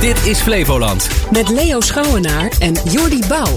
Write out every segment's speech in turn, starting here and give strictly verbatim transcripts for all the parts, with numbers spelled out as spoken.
Dit is Flevoland. Met Leo Schouwenaar en Jordi Bouw.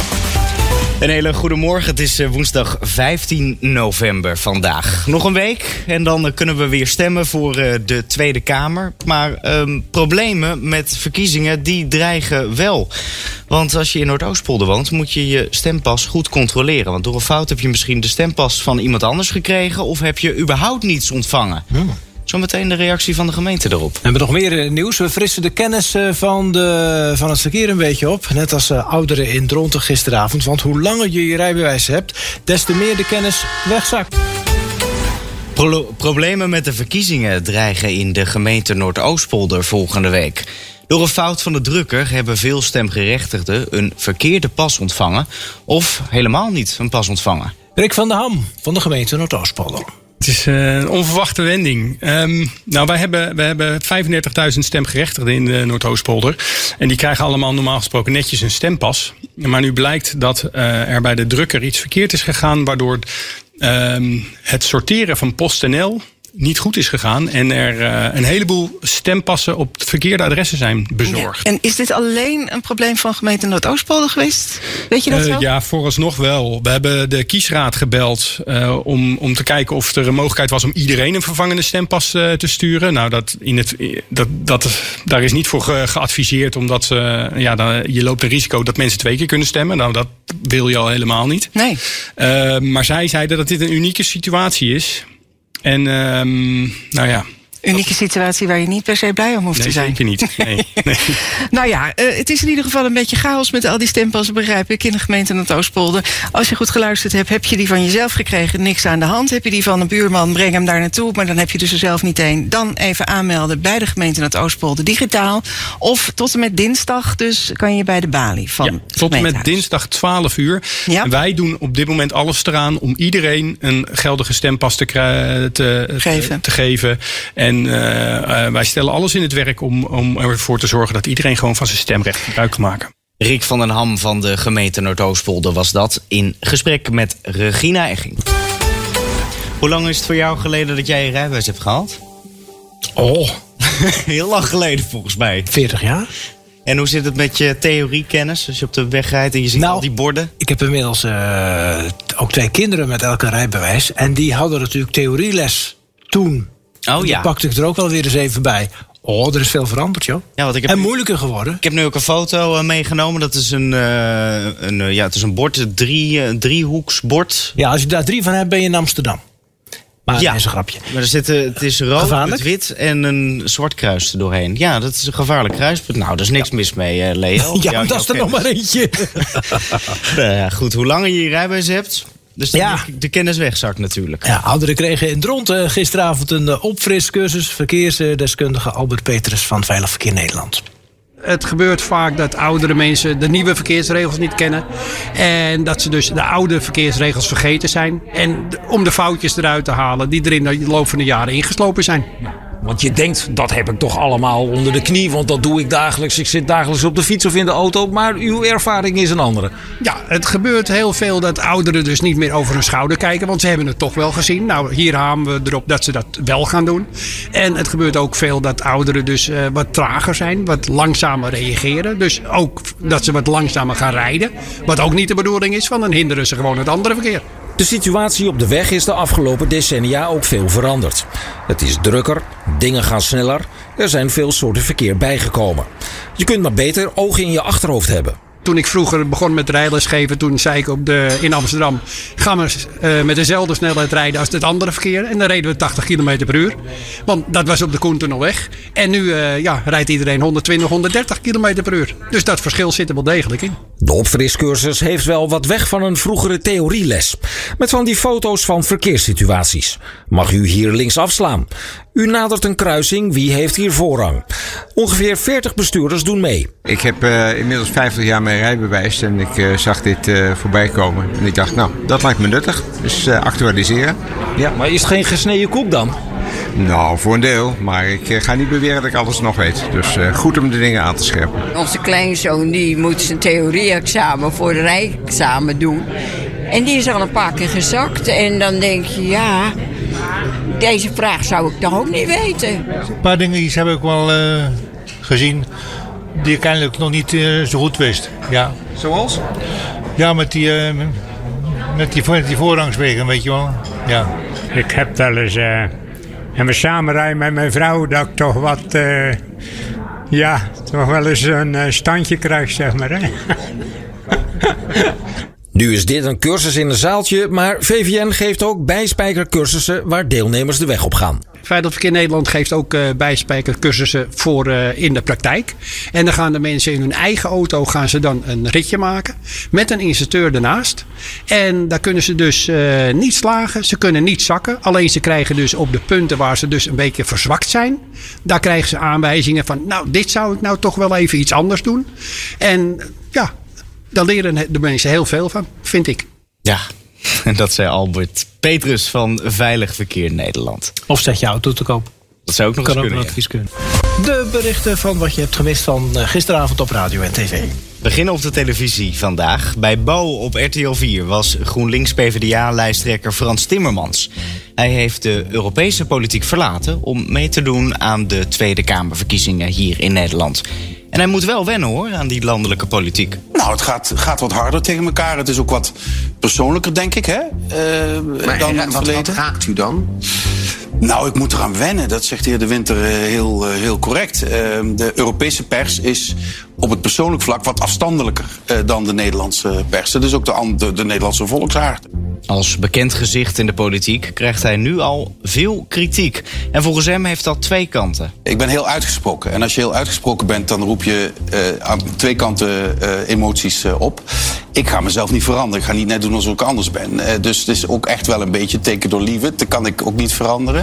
Een hele goede morgen. Het is woensdag vijftien november vandaag. Nog een week en dan kunnen we weer stemmen voor de Tweede Kamer. Maar um, problemen met verkiezingen, die dreigen wel. Want als je in Noordoostpolder woont, moet je je stempas goed controleren. Want door een fout heb je misschien de stempas van iemand anders gekregen, of heb je überhaupt niets ontvangen. Hmm. Zometeen de reactie van de gemeente erop. We hebben nog meer nieuws. We frissen de kennis van, de, van het verkeer een beetje op. Net als uh, ouderen in Dronten gisteravond. Want hoe langer je je rijbewijs hebt, des te meer de kennis wegzakt. Pro- problemen met de verkiezingen dreigen in de gemeente Noordoostpolder volgende week. Door een fout van de drukker hebben veel stemgerechtigden een verkeerde pas ontvangen. Of helemaal niet een pas ontvangen. Rick van der Ham van de gemeente Noordoostpolder. Het is uh, een onverwachte wending. Um, nou, wij hebben, wij hebben vijfendertigduizend stemgerechtigden in de Noordoostpolder. En die krijgen allemaal normaal gesproken netjes een stempas. Maar nu blijkt dat uh, er bij de drukker iets verkeerd is gegaan, waardoor um, het sorteren van PostNL niet goed is gegaan. En er uh, een heleboel stempassen op verkeerde adressen zijn bezorgd. Ja. En is dit alleen een probleem van gemeente Noordoostpolder geweest? Weet je dat zo? Uh, ja, vooralsnog wel. We hebben de kiesraad gebeld uh, om, om te kijken of er een mogelijkheid was om iedereen een vervangende stempas uh, te sturen. Nou, dat in het, dat, dat, daar is niet voor ge, geadviseerd, omdat uh, ja, dan, je loopt een risico dat mensen twee keer kunnen stemmen. Nou, dat wil je al helemaal niet. Nee. Uh, maar zij zeiden dat dit een unieke situatie is. En um, nou ja. Unieke situatie waar je niet per se blij om hoeft nee, te zijn. Zeker niet. Nee, nee. Nou ja, uh, het is in ieder geval een beetje chaos met al die stempassen, begrijp ik, in de gemeente Noordoostpolder. Als je goed geluisterd hebt, heb je die van jezelf gekregen, niks aan de hand. Heb je die van een buurman, breng hem daar naartoe, maar dan heb je dus er zelf niet één. Dan even aanmelden bij de gemeente Noordoostpolder digitaal. Of tot en met dinsdag dus kan je bij de balie van ja, tot en met dinsdag twaalf uur. Ja. En wij doen op dit moment alles eraan om iedereen een geldige stempas te, krijgen, te, geven. te geven. En uh, uh, wij stellen alles in het werk om, om ervoor te zorgen dat iedereen gewoon van zijn stemrecht gebruik kan maken. Rick van den Ham van de gemeente Noordoostpolder was dat in gesprek met Regina Egging. Hoe lang is het voor jou geleden dat jij je rijbewijs hebt gehaald? Oh, heel lang geleden volgens mij. veertig jaar. En hoe zit het met je theoriekennis? Als je op de weg rijdt en je ziet nou, al die borden. Ik heb inmiddels uh, ook twee kinderen met elke rijbewijs. En die hadden natuurlijk theorieles toen. Oh die ja. pakte ik er ook wel weer eens even bij. Oh, er is veel veranderd, joh. Ja, want ik heb en nu, moeilijker geworden. Ik heb nu ook een foto uh, meegenomen. Dat is een, uh, een, uh, ja, het is een bord, een drie, uh, driehoeksbord. Ja, als je daar drie van hebt, ben je in Amsterdam. Maar ja, dat is een grapje. Maar er zit, uh, het is rood, gevaarlijk? het wit en een zwart kruis er doorheen. Ja, dat is een gevaarlijk kruispunt. Nou, daar is niks ja. mis mee, uh, Leo. Ja, jou, dat is er nog maar eentje. nou, ja, goed, hoe langer je je rijbewijs hebt, dus dan ja. de kennis wegzakt natuurlijk. Ja, ouderen kregen in Dronten gisteravond een uh, opfriscursus. Verkeersdeskundige Albert Petrus van Veilig Verkeer Nederland. Het gebeurt vaak dat oudere mensen de nieuwe verkeersregels niet kennen. En dat ze dus de oude verkeersregels vergeten zijn. En om de foutjes eruit te halen die er in de loop van de jaren ingeslopen zijn. Want je denkt, dat heb ik toch allemaal onder de knie. Want dat doe ik dagelijks. Ik zit dagelijks op de fiets of in de auto. Maar uw ervaring is een andere. Ja, het gebeurt heel veel dat ouderen dus niet meer over hun schouder kijken. Want ze hebben het toch wel gezien. Nou, hier hamen we erop dat ze dat wel gaan doen. En het gebeurt ook veel dat ouderen dus uh, wat trager zijn. Wat langzamer reageren. Dus ook dat ze wat langzamer gaan rijden. Wat ook niet de bedoeling is, want dan hinderen ze gewoon het andere verkeer. De situatie op de weg is de afgelopen decennia ook veel veranderd. Het is drukker, dingen gaan sneller, er zijn veel soorten verkeer bijgekomen. Je kunt maar beter ogen in je achterhoofd hebben. Toen ik vroeger begon met rijles geven, toen zei ik op de, in Amsterdam, gaan we uh, met dezelfde snelheid rijden als het andere verkeer. En dan reden we tachtig kilometer per uur. Want dat was op de Koentunnelweg. En nu uh, ja, rijdt iedereen honderdtwintig, honderddertig kilometer per uur. Dus dat verschil zit er wel degelijk in. De opfriscursus heeft wel wat weg van een vroegere theorieles. Met van die foto's van verkeerssituaties. Mag u hier links afslaan? U nadert een kruising, wie heeft hier voorrang? Ongeveer veertig bestuurders doen mee. Ik heb uh, inmiddels vijftig jaar mijn rijbewijs en ik uh, zag dit uh, voorbij komen. En ik dacht, nou, dat lijkt me nuttig. Dus uh, actualiseren. Ja, maar is het geen gesneden koek dan? Nou, voor een deel. Maar ik uh, ga niet beweren dat ik alles nog weet. Dus uh, goed om de dingen aan te scherpen. Onze kleinzoon die moet zijn theorie-examen voor de rijexamen doen. En die is al een paar keer gezakt. En dan denk je, ja, deze vraag zou ik toch ook niet weten. Een paar dingen die heb ik wel uh, gezien. die ik kennelijk nog niet uh, zo goed wist. Ja. Zoals? Ja, met die, uh, met die, met die voorrangswegen, weet je wel. Ja. Ik heb wel eens uh, in mijn samenrij met mijn vrouw dat ik toch wat, uh, ja, toch wel eens een uh, standje krijg, zeg maar. Hè? Nu is dit een cursus in een zaaltje, maar V V N geeft ook bijspijkercursussen waar deelnemers de weg op gaan. Veilig Verkeer Nederland geeft ook uh, bijspijkercursussen voor uh, in de praktijk. En dan gaan de mensen in hun eigen auto gaan ze dan een ritje maken met een instructeur ernaast. En daar kunnen ze dus uh, niet slagen, ze kunnen niet zakken. Alleen ze krijgen dus op de punten waar ze dus een beetje verzwakt zijn, daar krijgen ze aanwijzingen van, nou, dit zou ik nou toch wel even iets anders doen. En ja, daar leren de mensen heel veel van, vind ik. Ja, en dat zei Albert Petrus van Veilig Verkeer Nederland. Of zet je auto te koop. Dat zou ook nog kan eens ook kunnen. een advies kunnen. De berichten van wat je hebt gemist van gisteravond op radio en tv. Beginnen op de televisie vandaag. Bij Bo op R T L vier was GroenLinks-P V D A-lijsttrekker Frans Timmermans. Hij heeft de Europese politiek verlaten om mee te doen aan de Tweede Kamerverkiezingen hier in Nederland. En hij moet wel wennen hoor, aan die landelijke politiek. Nou, het gaat, gaat wat harder tegen elkaar. Het is ook wat persoonlijker, denk ik, hè? Uh, maar dan en, in het wat, verleden. wat raakt u dan? Nou, ik moet eraan wennen. Dat zegt de heer De Winter heel, heel correct. Uh, de Europese pers is op het persoonlijk vlak wat afstandelijker uh, dan de Nederlandse pers. Dat is ook de, de, de Nederlandse volksaard. Als bekend gezicht in de politiek krijgt hij nu al veel kritiek. En volgens hem heeft dat twee kanten. Ik ben heel uitgesproken. En als je heel uitgesproken bent, dan roep je uh, aan twee kanten uh, emoties uh, op. Ik ga mezelf niet veranderen. Ik ga niet net doen alsof ik anders ben. Uh, dus het is ook echt wel een beetje teken door liefde. Dat kan ik ook niet veranderen.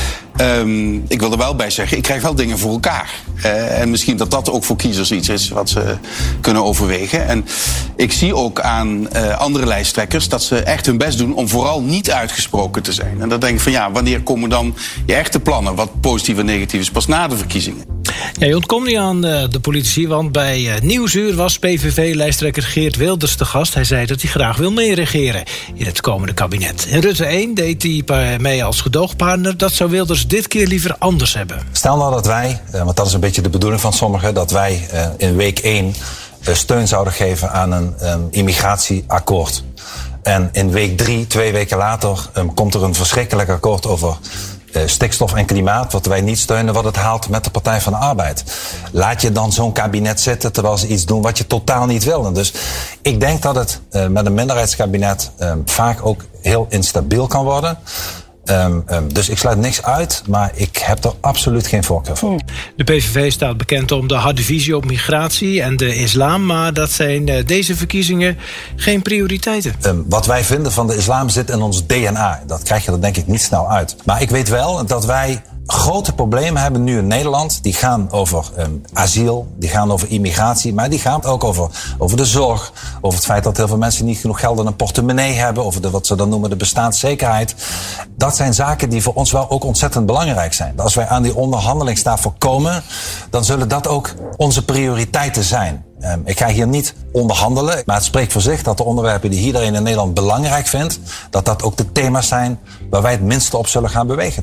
Um, ik wil er wel bij zeggen, ik krijg wel dingen voor elkaar. Uh, en misschien dat dat ook voor kiezers iets is wat ze kunnen overwegen. En ik zie ook aan uh, andere lijsttrekkers dat ze echt hun best doen om vooral niet uitgesproken te zijn. En dan denk ik van ja, wanneer komen dan je echte plannen, wat positief en negatief is, pas na de verkiezingen. Ja, je ontkomt niet aan uh, de politici, want bij uh, Nieuwsuur was P V V-lijsttrekker Geert Wilders te gast. Hij zei dat hij graag wil meeregeren in het komende kabinet. In Rutte één deed hij mee als gedoogpartner. Dat zou Wilders dit keer liever anders hebben. Stel nou dat wij, uh, want dat is een beetje de bedoeling van sommigen, dat wij uh, in week één uh, steun zouden geven aan een um, immigratieakkoord. En in week drie, twee weken later, um, komt er een verschrikkelijk akkoord over Uh, stikstof en klimaat, wat wij niet steunen, wat het haalt met de Partij van de Arbeid. Laat je dan zo'n kabinet zitten terwijl ze iets doen wat je totaal niet wil. En dus ik denk dat het uh, met een minderheidskabinet um, vaak ook heel instabiel kan worden. Um, um, dus ik sluit niks uit, maar ik heb er absoluut geen voorkeur voor. De P V V staat bekend om de harde visie op migratie en de islam, maar dat zijn uh, deze verkiezingen geen prioriteiten. Um, wat wij vinden van de islam zit in ons D N A. Dat krijg je er denk ik niet snel uit. Maar ik weet wel dat wij grote problemen hebben nu in Nederland. Die gaan over um, asiel, die gaan over immigratie, maar die gaan ook over, over de zorg, over het feit dat heel veel mensen niet genoeg geld in een portemonnee hebben, over de, wat ze dan noemen de bestaanszekerheid. Dat zijn zaken die voor ons wel ook ontzettend belangrijk zijn. Als wij aan die onderhandelingstafel komen, dan zullen dat ook onze prioriteiten zijn. Um, ik ga hier niet onderhandelen, maar het spreekt voor zich dat de onderwerpen die iedereen in Nederland belangrijk vindt, dat dat ook de thema's zijn waar wij het minste op zullen gaan bewegen.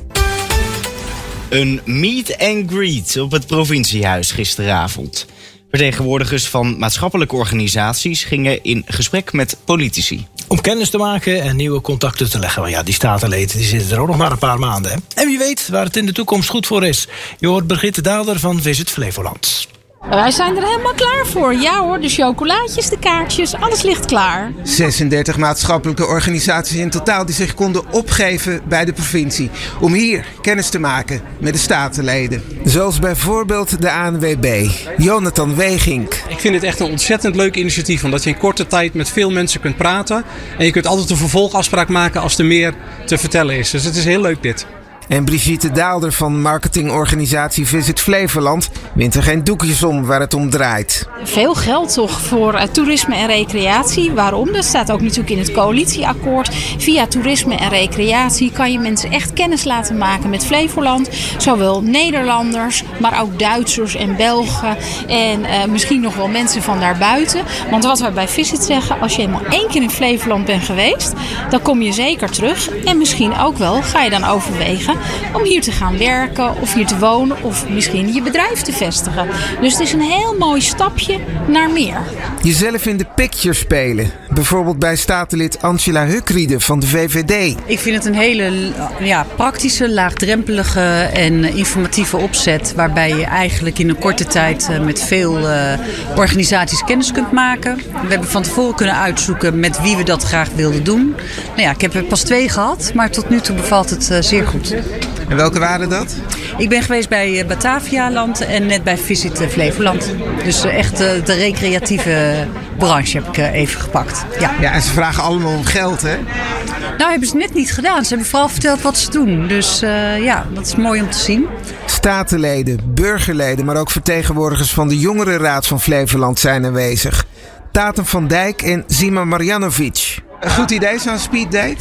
Een meet and greet op het provinciehuis gisteravond. Vertegenwoordigers van maatschappelijke organisaties gingen in gesprek met politici. Om kennis te maken en nieuwe contacten te leggen. Want ja, die statenleden die zitten er ook nog maar een paar maanden. Hè? En wie weet waar het in de toekomst goed voor is. Je hoort Brigitte Daalder van Visit Flevoland. Wij zijn er helemaal klaar voor. Ja hoor, de chocolaatjes, de kaartjes, alles ligt klaar. zesendertig maatschappelijke organisaties in totaal die zich konden opgeven bij de provincie. Om hier kennis te maken met de statenleden. Zoals bijvoorbeeld de A N W B. Jonathan Wegink. Ik vind het echt een ontzettend leuk initiatief. Omdat je in korte tijd met veel mensen kunt praten. En je kunt altijd een vervolgafspraak maken als er meer te vertellen is. Dus het is heel leuk dit. En Brigitte Daalder van marketingorganisatie Visit Flevoland wint er geen doekjes om waar het om draait. Veel geld toch voor uh, toerisme en recreatie. Waarom? Dat staat ook natuurlijk in het coalitieakkoord. Via toerisme en recreatie kan je mensen echt kennis laten maken met Flevoland. Zowel Nederlanders, maar ook Duitsers en Belgen. En uh, misschien nog wel mensen van daarbuiten. Want wat wij bij Visit zeggen, als je eenmaal één keer in Flevoland bent geweest, dan kom je zeker terug. En misschien ook wel ga je dan overwegen om hier te gaan werken of hier te wonen of misschien je bedrijf te vestigen. Dus het is een heel mooi stapje naar meer. Jezelf in de picture spelen. Bijvoorbeeld bij statenlid Angela Hukriede van de V V D. Ik vind het een hele ja, praktische, laagdrempelige en informatieve opzet. Waarbij je eigenlijk in een korte tijd met veel uh, organisaties kennis kunt maken. We hebben van tevoren kunnen uitzoeken met wie we dat graag wilden doen. Nou ja, ik heb er pas twee gehad, maar tot nu toe bevalt het uh, zeer goed. En welke waren dat? Ik ben geweest bij Batavialand en net bij Visit Flevoland. Dus uh, echt uh, de recreatieve branche heb ik uh, even gepakt. Ja. ja, en ze vragen allemaal om geld, hè? Nou, hebben ze net niet gedaan. Ze hebben vooral verteld wat ze doen. Dus uh, ja, dat is mooi om te zien. Statenleden, burgerleden, maar ook vertegenwoordigers van de Jongerenraad van Flevoland zijn aanwezig. Tatum van Dijk en Zima Marjanovic. Een goed idee, zo'n speeddate?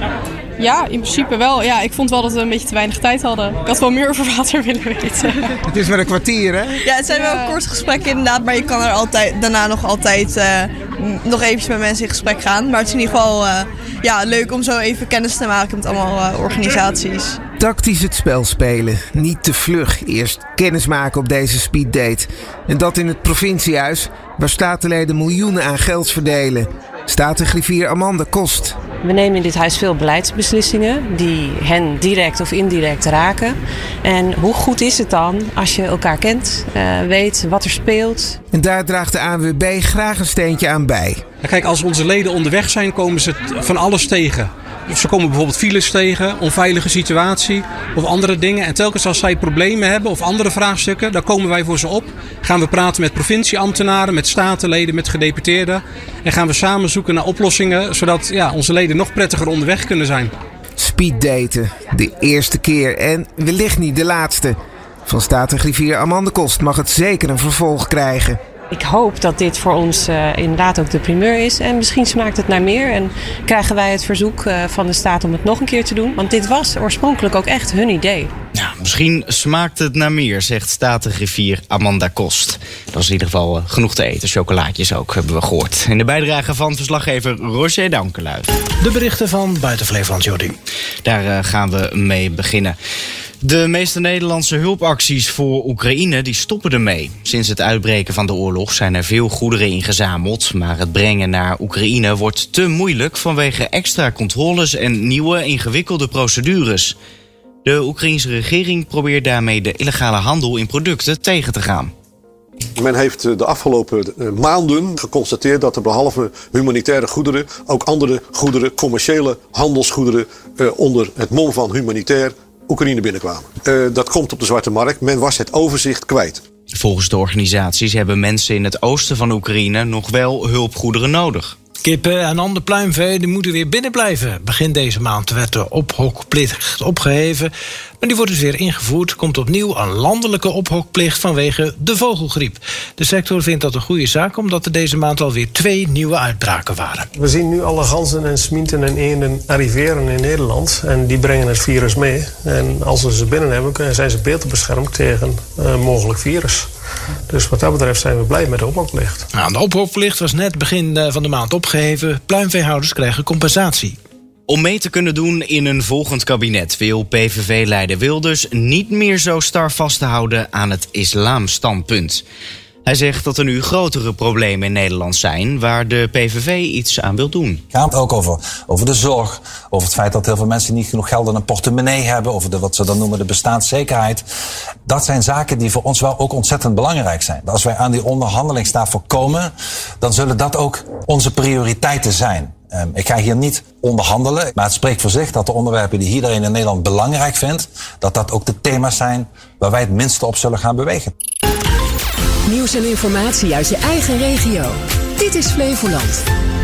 Ja, in principe wel. Ja, ik vond wel dat we een beetje te weinig tijd hadden. Ik had wel meer over water willen weten. Het is maar een kwartier, hè? Ja, het zijn wel ja. korte gesprekken inderdaad, maar je kan er altijd, daarna nog altijd uh, nog eventjes met mensen in gesprek gaan. Maar het is in ieder geval uh, ja, leuk om zo even kennis te maken met allemaal uh, organisaties. Tactisch het spel spelen, niet te vlug. Eerst kennis maken op deze speeddate. En dat in het provinciehuis, waar statenleden miljoenen aan geld verdelen. Statengriffier Amanda Kost. We nemen in dit huis veel beleidsbeslissingen die hen direct of indirect raken. En hoe goed is het dan als je elkaar kent, uh, weet wat er speelt. En daar draagt de A N W B graag een steentje aan bij. Ja, kijk, als onze leden onderweg zijn, komen ze van alles tegen. Ze komen bijvoorbeeld files tegen, onveilige situatie of andere dingen. En telkens als zij problemen hebben of andere vraagstukken, dan komen wij voor ze op. Gaan we praten met provincieambtenaren, met statenleden, met gedeputeerden. En gaan we samen zoeken naar oplossingen, zodat ja, onze leden nog prettiger onderweg kunnen zijn. Speeddaten, de eerste keer en wellicht niet de laatste. Van statengriffier Amanda Kost mag het zeker een vervolg krijgen. Ik hoop dat dit voor ons uh, inderdaad ook de primeur is. En misschien smaakt het naar meer. En krijgen wij het verzoek uh, van de staat om het nog een keer te doen. Want dit was oorspronkelijk ook echt hun idee. Ja, misschien smaakt het naar meer, zegt statengriffier Amanda Kost. Dat is in ieder geval uh, genoeg te eten. Chocolaatjes ook, hebben we gehoord. In de bijdrage van verslaggever Roger Dankelui. De berichten van Buiten Flevoland, Jordi. Daar uh, gaan we mee beginnen. De meeste Nederlandse hulpacties voor Oekraïne die stoppen ermee. Sinds het uitbreken van de oorlog zijn er veel goederen ingezameld. Maar het brengen naar Oekraïne wordt te moeilijk vanwege extra controles en nieuwe ingewikkelde procedures. De Oekraïense regering probeert daarmee de illegale handel in producten tegen te gaan. Men heeft de afgelopen maanden geconstateerd dat er behalve humanitaire goederen ook andere goederen, commerciële handelsgoederen, onder het mom van humanitair Oekraïne binnenkwamen. Uh, dat komt op de zwarte markt. Men was het overzicht kwijt. Volgens de organisaties hebben mensen in het oosten van Oekraïne nog wel hulpgoederen nodig. Kippen en ander pluimvee die moeten weer binnen blijven. Begin deze maand werd de ophokplicht opgeheven. Maar die wordt dus weer ingevoerd. Komt opnieuw een landelijke ophokplicht vanwege de vogelgriep. De sector vindt dat een goede zaak, omdat er deze maand alweer twee nieuwe uitbraken waren. We zien nu alle ganzen en smienten en eenden arriveren in Nederland. En die brengen het virus mee. En als we ze binnen hebben, zijn ze beter beschermd tegen uh, mogelijk virus. Dus wat dat betreft zijn we blij met de ophokplicht. Nou, de ophokplicht was net begin van de maand opgeheven. Pluimveehouders krijgen compensatie. Om mee te kunnen doen in een volgend kabinet wil P V V-leider Wilders niet meer zo star vasthouden aan het islamstandpunt. Hij zegt dat er nu grotere problemen in Nederland zijn waar de P V V iets aan wil doen. Het gaat ook over, over de zorg, over het feit dat heel veel mensen niet genoeg geld in een portemonnee hebben, over de, wat ze dan noemen de bestaanszekerheid. Dat zijn zaken die voor ons wel ook ontzettend belangrijk zijn. Als wij aan die onderhandelingstafel komen, dan zullen dat ook onze prioriteiten zijn. Um, ik ga hier niet onderhandelen, maar het spreekt voor zich dat de onderwerpen die iedereen in Nederland belangrijk vindt, dat dat ook de thema's zijn waar wij het minste op zullen gaan bewegen. Nieuws en informatie uit je eigen regio. Dit is Flevoland.